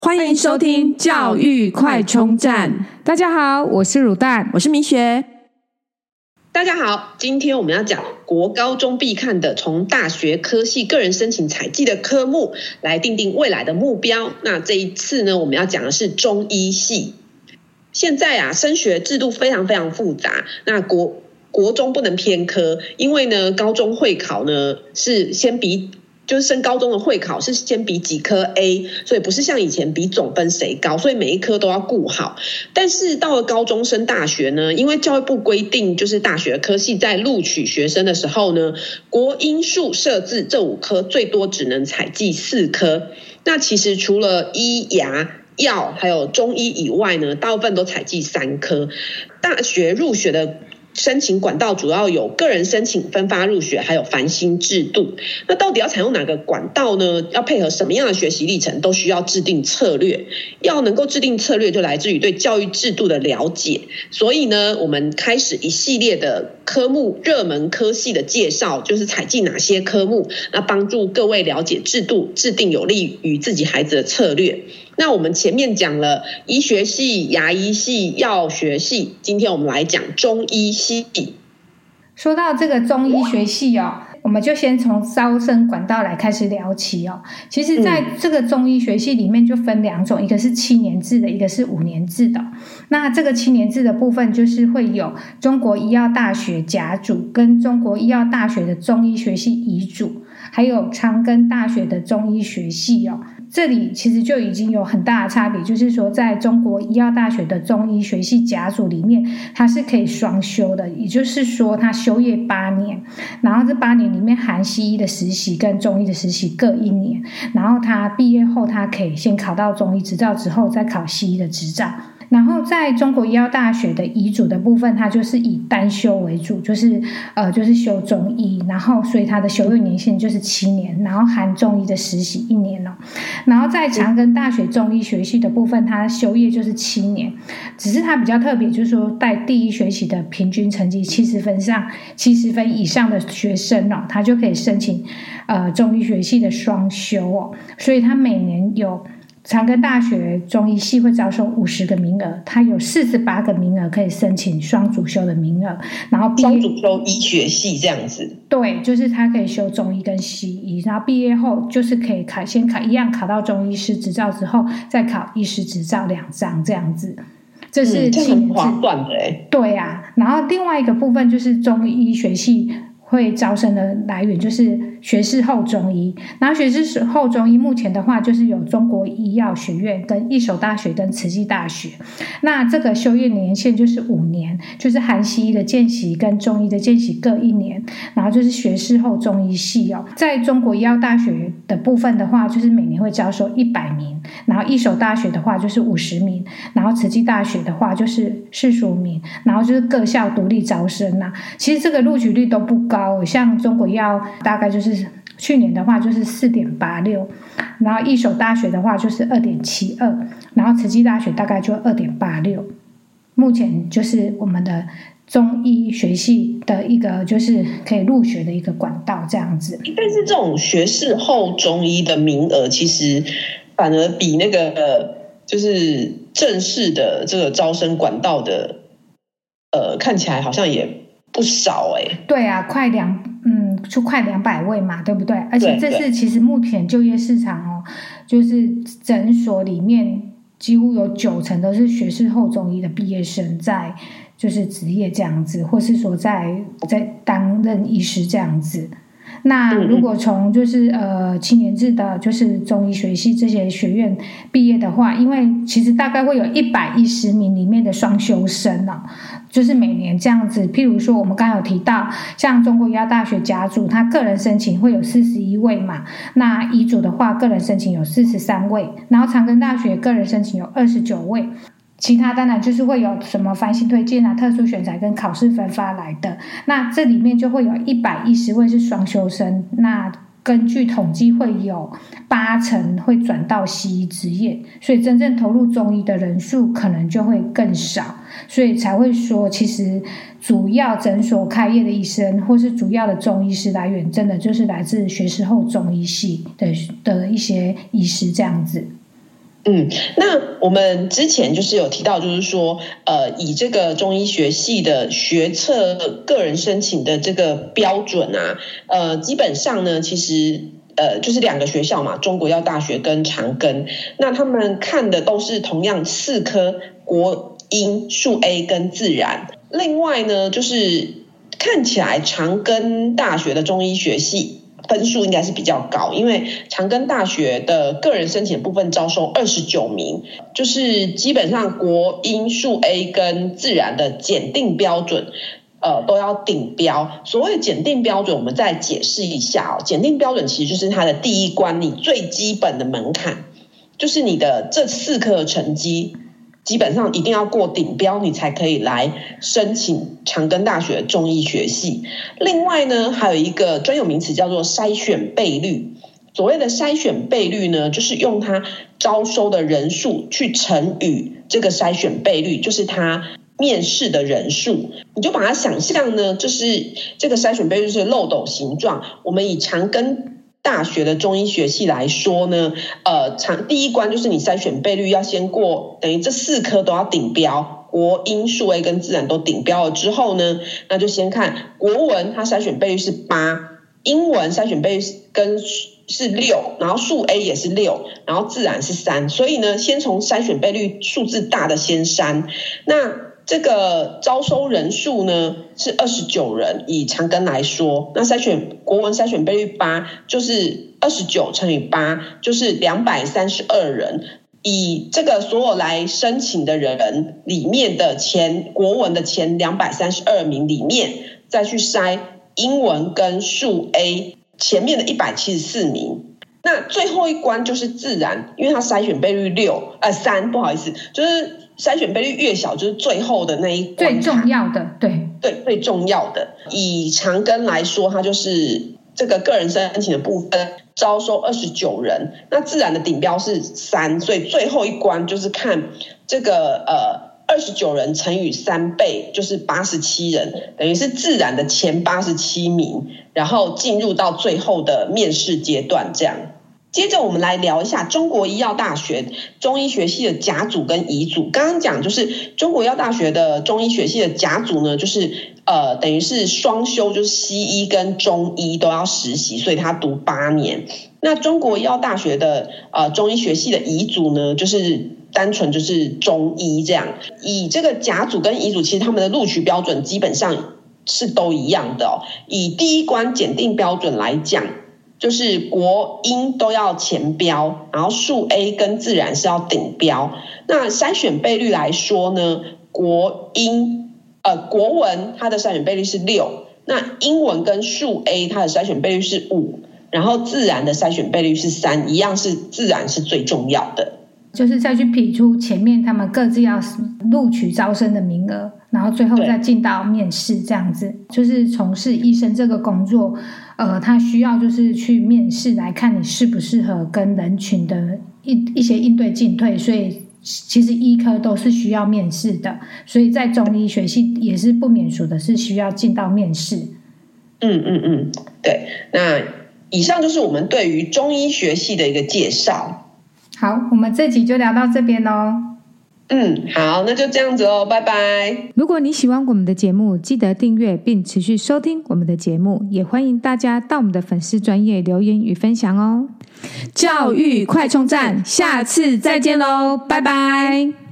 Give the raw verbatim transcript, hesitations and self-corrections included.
欢迎收听教育快充站。 大家好，我是乳蛋， 我是明学。 大家好，今天我们要讲国高中必看的从大学科系个人申请采计的科目来定定未来的目标。那这一次呢，我们要讲的是中医系。现在啊，升学制度非常非常复杂，那国国中不能偏科，因为呢，高中会考呢是先比。就是升高中的会考是先比几科 A， 所以不是像以前比总分谁高，所以每一科都要顾好。但是到了高中升大学呢，因为教育部规定，就是大学科系在录取学生的时候呢，国英数社自这五科最多只能采计四科。那其实除了医牙药还有中医以外呢，大部分都采计三科。大学入学的申请管道主要有个人申请、分发入学，还有繁星制度。那到底要采用哪个管道呢？要配合什么样的学习历程，都需要制定策略。要能够制定策略，就来自于对教育制度的了解。所以呢，我们开始一系列的科目热门科系的介绍，就是采计哪些科目，那帮助各位了解制度，制定有利于自己孩子的策略。那我们前面讲了医学系、牙医系、药学系，今天我们来讲中医系。 说到这个中医学系哦，我们就先从招生管道来开始聊起哦。其实在这个中医学系里面就分两种，一个是七年制的，一个是五年制的。那这个七年制的部分就是会有中国医药大学甲组跟中国医药大学的中医学系乙组，还有长庚大学的中医学系哦。这里其实就已经有很大的差别，就是说在中国医药大学的中医学系甲组里面，它是可以双修的，也就是说它修业八年，然后这八年里面含西医的实习跟中医的实习各一年，然后他毕业后他可以先考到中医执照，之后再考西医的执照。然后在中国医药大学的乙组的部分，它就是以单修为主，就是呃就是修中医，然后所以它的修业年限就是七年，然后含中医的实习一年哦。然后在长庚大学中医学系的部分，它修业就是七年，只是它比较特别，就是说在第一学期的平均成绩七十分上七十分以上的学生哦，他就可以申请呃中医学系的双修哦，所以他每年有。长庚大学中医系会招收五十个名额，它有四十八个名额可以申请双主修的名额，然后毕业双主修医学系这样子。 对，就是他可以修中医跟西医，然后毕业后就是可以考，先考一样考到中医师执照之后，再考医师执照两张这样子。这是七年制， 嗯、这很划算的哎。 对啊，然后另外一个部分就是中医学系。会招生的来源就是学士后中医，然后学士后中医目前的话就是有中国医药学院跟一所大学跟慈济大学，那这个修业年限就是五年，就是含西医的见习跟中医的见习各一年，然后就是学士后中医系哦。在中国医药大学的部分的话，就是每年会招收一百名，然后一所大学的话就是五十名，然后慈济大学的话就是四十五名，然后就是各校独立招生啊。其实这个录取率都不高。像中国药大概就是去年的话就是 四点八六， 然后一所大学的话就是 二点七二， 然后慈济大学大概就 二点八六。 目前就是我们的中医学系的一个就是可以入学的一个管道这样子。 但是这种学士后中医的名额其实反而比那个就是正式的这个招生管道的呃看起来好像也不少哎、欸， 对啊，快两嗯，就快两百位嘛，对不对？而且这是其实目前就业市场哦，就是诊所里面几乎有九成都是学士后中医的毕业生在就是职业这样子，或是说在在担任医师这样子。那如果从就是呃七年制的就是中医学系这些学院毕业的话，因为其实大概会有一百一十名里面的双修生哦，就是每年这样子。譬如说我们刚刚有提到像中国医药大学甲组，他个人申请会有四十一位嘛，那乙组的话个人申请有四十三位，然后长庚大学个人申请有二十九位，其他当然就是会有什么繁星推荐啊、特殊选材跟考试分发来的。那这里面就会有一百一十位是双修生，那根据统计会有八成会转到西医职业，所以真正投入中医的人数可能就会更少，所以才会说其实主要诊所开业的医生或是主要的中医师来源真的就是来自学士后中医系的的一些医师这样子。 嗯，那我们之前就是有提到，就是说，呃，以这个中医学系的学测个人申请的这个标准啊，呃，基本上呢，其实呃就是两个学校嘛，中国药大学跟长庚，那他们看的都是同样四科国英数 A 跟自然，另外呢，就是看起来长庚大学的中医学系分数应该是比较高，因为长庚大学的个人申请部分招收二十九名，就是基本上国英数 A 跟自然的检定标准呃，都要顶标。所谓的检定标准我们再解释一下哦，检定标准其实就是它的第一关，你最基本的门槛，就是你的这四科的成绩基本上一定要过顶标，你才可以来申请长庚大学的中医学系。另外呢，还有一个专有名词叫做筛选倍率。所谓的筛选倍率呢，就是用它招收的人数去乘以这个筛选倍率，就是它面试的人数。你就把它想象呢，就是这个筛选倍率是漏斗形状。我们以长庚大学的中医学系来说呢，呃，长第一关就是你筛选倍率要先过，等于这四科都要顶标，国英数 A 跟自然都顶标了之后呢，那就先看国文，它筛选倍率是八，英文筛选倍率跟是六，然后数 A 也是六，然后自然是三，所以呢，先从筛选倍率数字大的先删。那这个招收人数呢是二十九人，以长庚来说，那筛选国文筛选倍率八，就是二十九乘以八，就是两百三十二人。以这个所有来申请的人里面的前国文的前两百三十二名里面，再去筛英文跟数 A 前面的一百七十四名。那最后一关就是自然，因为它筛选倍率六呃三，不好意思，就是筛选倍率越小，就是最后的那一关最重要的，对对，最重要的。以长庚来说，它就是这个个人申请的部分招收二十九人，那自然的顶标是三，所以最后一关就是看这个呃二十九人乘以三倍，就是八十七人，等于是自然的前八十七名，然后进入到最后的面试阶段这样。接着我们来聊一下中国医药大学中医学系的甲组跟乙组。刚刚讲就是中国医药大学的中医学系的甲组呢，就是呃等于是双修，就是西医跟中医都要实习，所以他读八年。那中国医药大学的呃中医学系的乙组呢，就是单纯就是中医这样。以这个甲组跟乙组，其实他们的录取标准基本上是都一样的哦。以第一关检定标准来讲，就是国英都要前标，然后数 A 跟自然是要顶标。那筛选倍率来说呢，国英呃国文它的筛选倍率是六，那英文跟数 A 它的筛选倍率是五，然后自然的筛选倍率是三，一样是自然是最重要的。 就是再去匹出前面他们各自要录取招生的名额，然后最后再进到面试这样子。就是从事医生这个工作，呃，他需要就是去面试来看你适不适合跟人群的一一些应对进退，所以其实医科都是需要面试的，所以在中医学系也是不免俗的是需要进到面试。 嗯嗯嗯，对。那以上就是我们对于中医学系的一个介绍。 好，我们这集就聊到这边咯。 嗯，好，那就这样子哦，拜拜。 如果你喜欢我们的节目，记得订阅并持续收听我们的节目，也欢迎大家到我们的粉丝专页留言与分享哦。教育快充站，下次再见喽，拜拜。